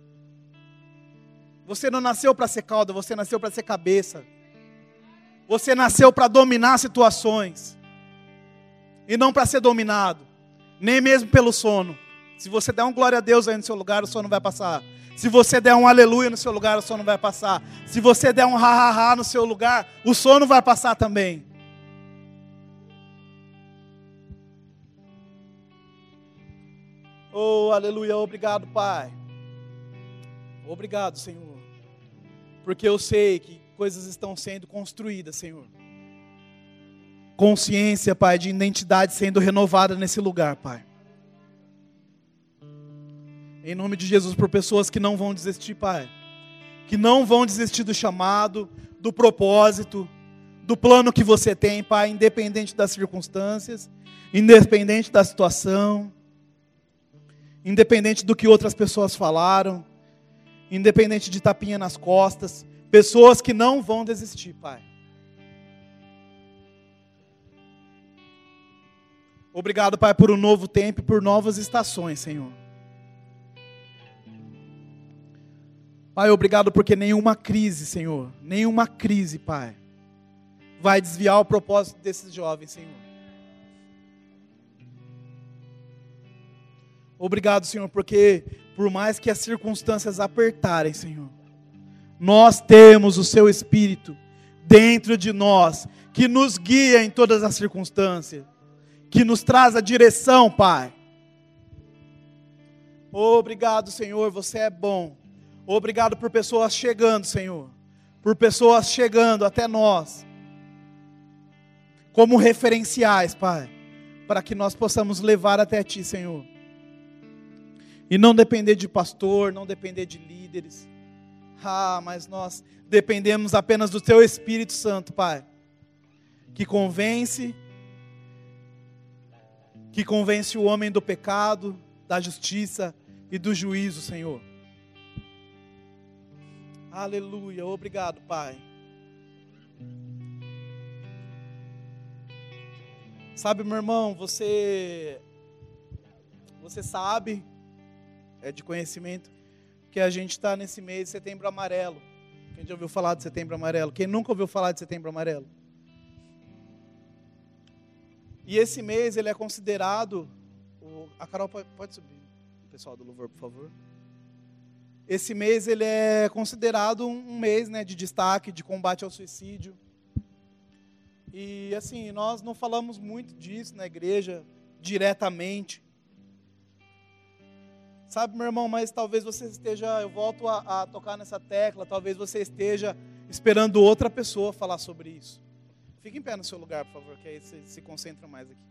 Você não nasceu para ser cauda, você nasceu para ser cabeça. Você nasceu para dominar situações. E não para ser dominado. Nem mesmo pelo sono. Se você der um glória a Deus aí no seu lugar, o sono vai passar. Se você der um aleluia no seu lugar, o sono vai passar. Se você der um ha ha ha no seu lugar, o sono vai passar também. Oh, aleluia, obrigado, Pai. Obrigado, Senhor. Porque eu sei que coisas estão sendo construídas, Senhor. Consciência, Pai, de identidade sendo renovada nesse lugar, Pai. Em nome de Jesus, por pessoas que não vão desistir, Pai. Que não vão desistir do chamado, do propósito, do plano que você tem, Pai, independente das circunstâncias, independente da situação, independente do que outras pessoas falaram, independente de tapinha nas costas, pessoas que não vão desistir, Pai. Obrigado, Pai, por um novo tempo e por novas estações, Senhor. Pai, obrigado porque nenhuma crise, Senhor, nenhuma crise, Pai, vai desviar o propósito desses jovens, Senhor. Obrigado, Senhor, porque por mais que as circunstâncias apertarem, Senhor, nós temos o Seu Espírito dentro de nós, que nos guia em todas as circunstâncias, que nos traz a direção, Pai. Obrigado, Senhor, Você é bom. Obrigado por pessoas chegando, Senhor, por pessoas chegando até nós, como referenciais, Pai, para que nós possamos levar até Ti, Senhor. E não depender de pastor, não depender de líderes. Ah, mas nós dependemos apenas do Teu Espírito Santo, Pai. Que convence, que convence o homem do pecado, da justiça e do juízo, Senhor. Aleluia, obrigado, Pai. Sabe, meu irmão, você, você sabe... é de conhecimento, que a gente está nesse mês de Setembro Amarelo. Quem já ouviu falar de Setembro Amarelo? Quem nunca ouviu falar de Setembro Amarelo? E esse mês ele é considerado, o, a Carol pode, pode subir, o pessoal do louvor, por favor. Esse mês ele é considerado um, um mês, né, de destaque, de combate ao suicídio. E assim, nós não falamos muito disso na igreja, diretamente. Sabe, meu irmão, mas talvez você esteja, eu volto a, a tocar nessa tecla, talvez você esteja esperando outra pessoa falar sobre isso. Fique em pé no seu lugar, por favor, que aí você se concentra mais aqui.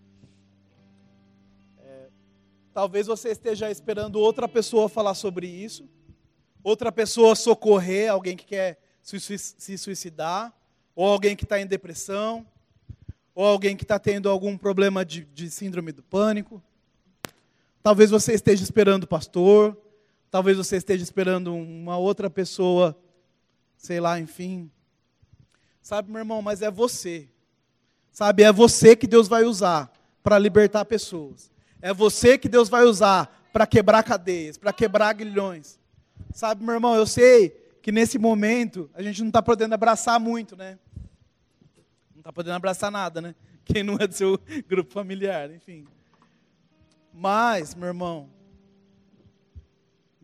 É, talvez você esteja esperando outra pessoa falar sobre isso, outra pessoa socorrer alguém que quer se suicidar, ou alguém que está em depressão, ou alguém que está tendo algum problema de, de síndrome do pânico. Talvez você esteja esperando o pastor, talvez você esteja esperando uma outra pessoa, sei lá, enfim. Sabe, meu irmão, mas é você. Sabe, é você que Deus vai usar para libertar pessoas. É você que Deus vai usar para quebrar cadeias, para quebrar grilhões. Sabe, meu irmão, eu sei que nesse momento a gente não está podendo abraçar muito, né? Não está podendo abraçar nada, né? Quem não é do seu grupo familiar, enfim. Mas, meu irmão,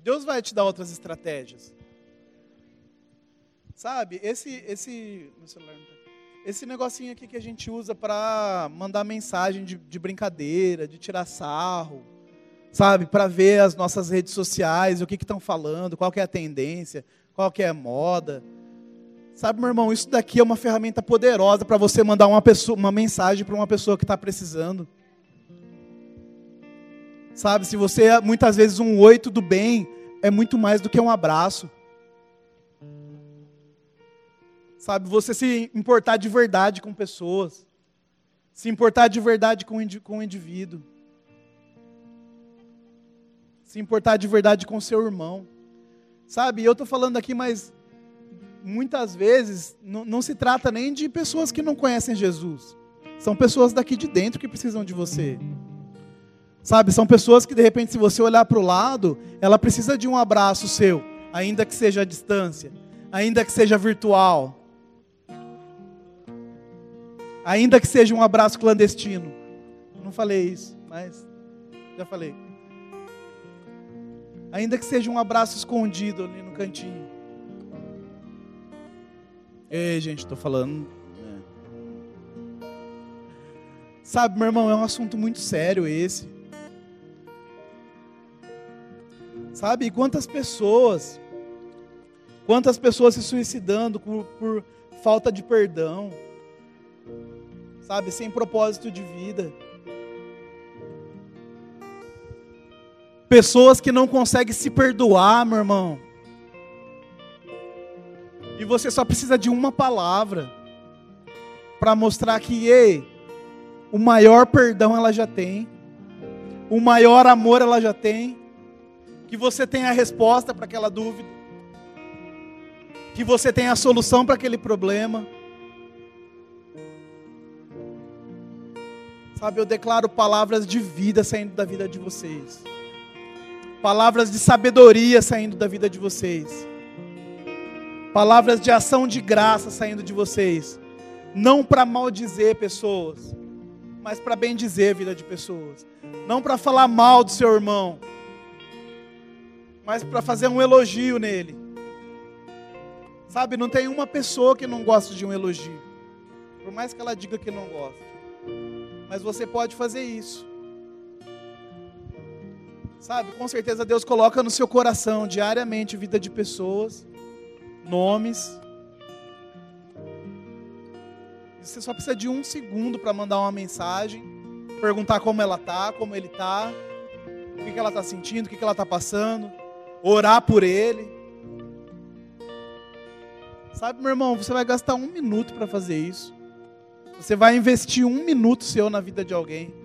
Deus vai te dar outras estratégias. Sabe, esse, esse, meu celular não tá. Esse negocinho aqui que a gente usa para mandar mensagem de, de brincadeira, de tirar sarro, sabe, para ver as nossas redes sociais, o que estão falando, qual que é a tendência, qual que é a moda. Sabe, meu irmão, isso daqui é uma ferramenta poderosa para você mandar uma, pessoa, uma mensagem para uma pessoa que está precisando. Sabe, se você, muitas vezes um oi, tudo bem, é muito mais do que um abraço. Sabe, você se importar de verdade com pessoas. Se importar de verdade com, com o indivíduo. Se importar de verdade com o seu irmão. Sabe, eu estou falando aqui, mas muitas vezes não, não se trata nem de pessoas que não conhecem Jesus. São pessoas daqui de dentro que precisam de você. Sabe, são pessoas que de repente, se você olhar para o lado, ela precisa de um abraço seu, ainda que seja à distância, ainda que seja virtual. Ainda que seja um abraço clandestino. Não falei isso, mas já falei. Ainda que seja um abraço escondido ali no cantinho. Ei, gente, estou falando. É. Sabe, meu irmão, é um assunto muito sério esse. Sabe, e quantas pessoas, quantas pessoas se suicidando por, por falta de perdão. Sabe, sem propósito de vida. Pessoas que não conseguem se perdoar, meu irmão. E você só precisa de uma palavra para mostrar que, ei, o maior perdão ela já tem, o maior amor ela já tem, que você tem a resposta para aquela dúvida, que você tem a solução para aquele problema. Sabe, eu declaro palavras de vida saindo da vida de vocês. Palavras de sabedoria saindo da vida de vocês. Palavras de ação de graça saindo de vocês. Não para maldizer pessoas, mas para bendizer a vida de pessoas. Não para falar mal do seu irmão, mas para fazer um elogio nele. Sabe, não tem uma pessoa que não gosta de um elogio. Por mais que ela diga que não gosta. Mas você pode fazer isso. Sabe, com certeza Deus coloca no seu coração diariamente vida de pessoas, nomes. Você só precisa de um segundo para mandar uma mensagem, perguntar como ela está, como ele está, o que ela está sentindo, o que ela está passando, orar por ele. Sabe, meu irmão, você vai gastar um minuto para fazer isso. Você vai investir um minuto seu na vida de alguém.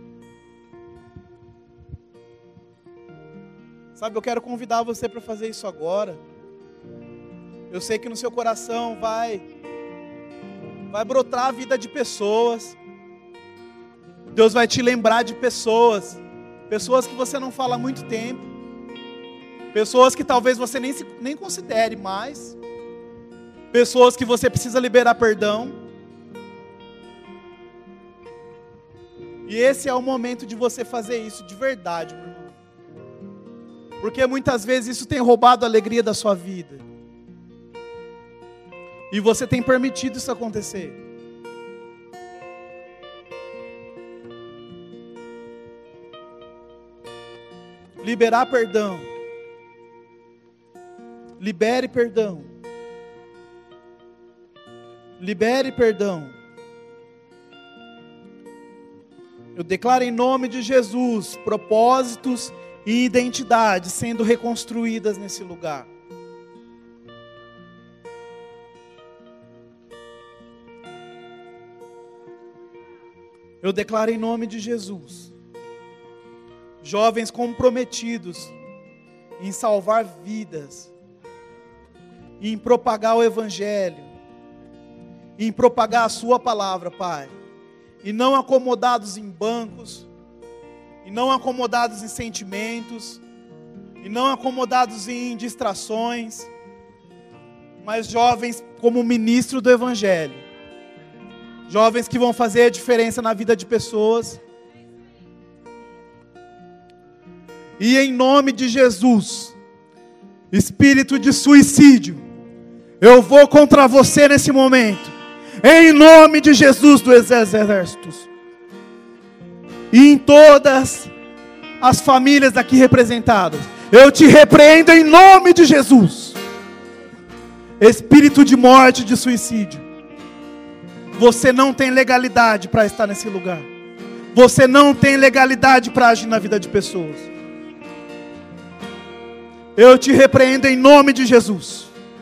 Sabe, eu quero convidar você para fazer isso agora. Eu sei que no seu coração vai, vai brotar a vida de pessoas. Deus vai te lembrar de pessoas. Pessoas que você não fala há muito tempo. Pessoas que talvez você nem, se, nem considere mais. Pessoas que você precisa liberar perdão. E esse é o momento de você fazer isso de verdade, meu irmão. Porque muitas vezes isso tem roubado a alegria da sua vida. E você tem permitido isso acontecer. Liberar perdão. Libere perdão. Libere perdão. Eu declaro em nome de Jesus propósitos e identidades sendo reconstruídas nesse lugar. Eu declaro em nome de Jesus jovens comprometidos em salvar vidas, em propagar o Evangelho, em propagar a sua palavra, Pai, e não acomodados em bancos, e não acomodados em sentimentos, e não acomodados em distrações, mas jovens como ministro do Evangelho, jovens que vão fazer a diferença na vida de pessoas. E em nome de Jesus, espírito de suicídio, eu vou contra você nesse momento, em nome de Jesus dos exércitos. E em todas as famílias aqui representadas, eu te repreendo em nome de Jesus. Espírito de morte, de suicídio, você não tem legalidade para estar nesse lugar. Você não tem legalidade para agir na vida de pessoas. Eu te repreendo em nome de Jesus.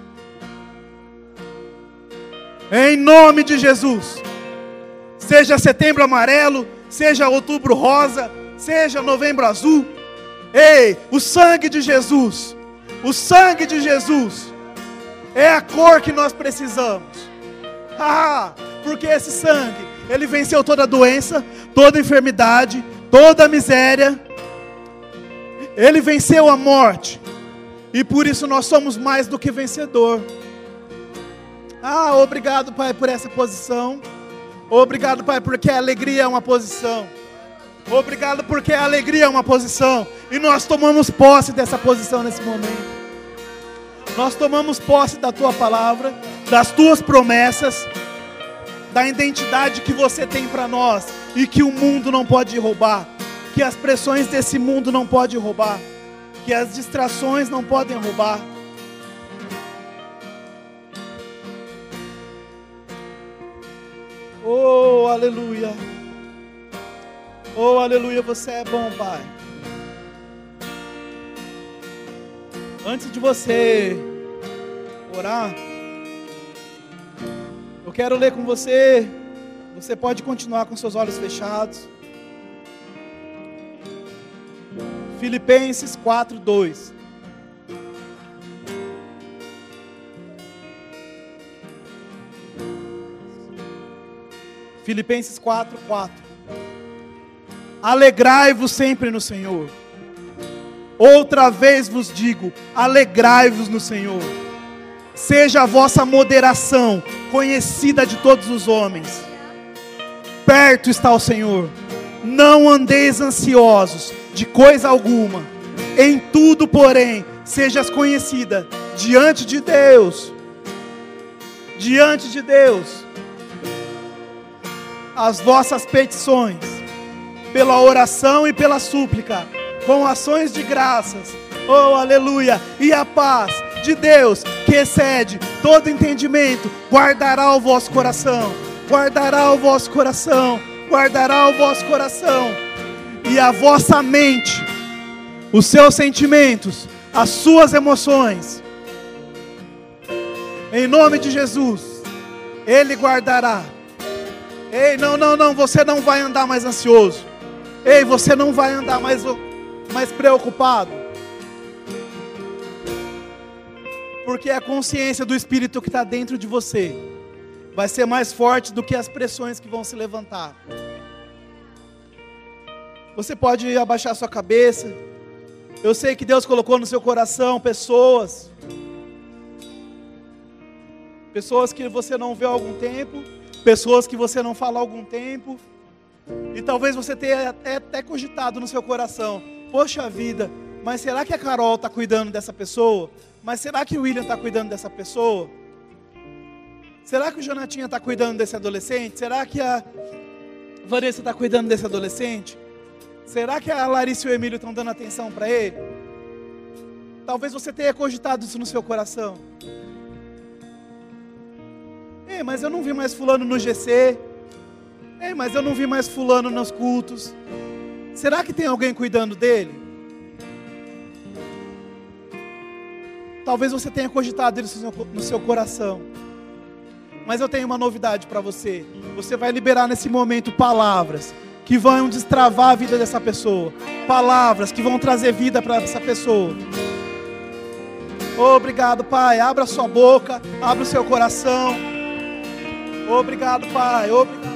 Em nome de Jesus. Seja setembro amarelo, seja outubro rosa, seja novembro azul. Ei, o sangue de Jesus, o sangue de Jesus é a cor que nós precisamos. Ah, porque esse sangue, ele venceu toda doença, toda enfermidade, toda miséria. Ele venceu a morte. E por isso nós somos mais do que vencedor. Ah, obrigado, Pai, por essa posição. Obrigado, Pai, porque a alegria é uma posição. Obrigado porque a alegria é uma posição. E nós tomamos posse dessa posição nesse momento. Nós tomamos posse da Tua palavra, das Tuas promessas, da identidade que você tem para nós e que o mundo não pode roubar, que as pressões desse mundo não podem roubar, que as distrações não podem roubar. Oh, aleluia. Oh, aleluia, você é bom, Pai. Antes de você orar, eu quero ler com você. Você pode continuar com seus olhos fechados. Filipenses quatro, dois. Filipenses quatro, quatro. Alegrai-vos sempre no Senhor. Outra vez vos digo, alegrai-vos no Senhor. Seja a vossa moderação conhecida de todos os homens. Perto está o Senhor. Não andeis ansiosos de coisa alguma. Em tudo, porém, sejas conhecida diante de Deus. Diante de Deus. As vossas petições, pela oração e pela súplica, com ações de graças. Oh, aleluia. E a paz de Deus, que excede todo entendimento, guardará o vosso coração. Guardará o vosso coração. Guardará o vosso coração. E a vossa mente, os seus sentimentos, as suas emoções. Em nome de Jesus, Ele guardará. Ei, não, não, não, você não vai andar mais ansioso. Ei, você não vai andar mais, mais preocupado. Porque a consciência do Espírito que está dentro de você vai ser mais forte do que as pressões que vão se levantar. Você pode abaixar sua cabeça. Eu sei que Deus colocou no seu coração pessoas. Pessoas que você não vê há algum tempo. Pessoas que você não fala há algum tempo. E talvez você tenha até, até cogitado no seu coração: poxa vida, mas será que a Carol está cuidando dessa pessoa? Mas será que o William está cuidando dessa pessoa? Será que o Jonatinha está cuidando desse adolescente? Será que a Vanessa está cuidando desse adolescente? Será que a Larissa e o Emílio estão dando atenção para ele? Talvez você tenha cogitado isso no seu coração. Ei, mas eu não vi mais fulano no G C. Ei, mas eu não vi mais fulano nos cultos. Será que tem alguém cuidando dele? Talvez você tenha cogitado isso no seu coração. Mas eu tenho uma novidade para você. Você vai liberar nesse momento palavras que vão destravar a vida dessa pessoa. Palavras que vão trazer vida para essa pessoa. Obrigado, Pai. Abra sua boca, abra o seu coração. Obrigado, Pai. Obrigado.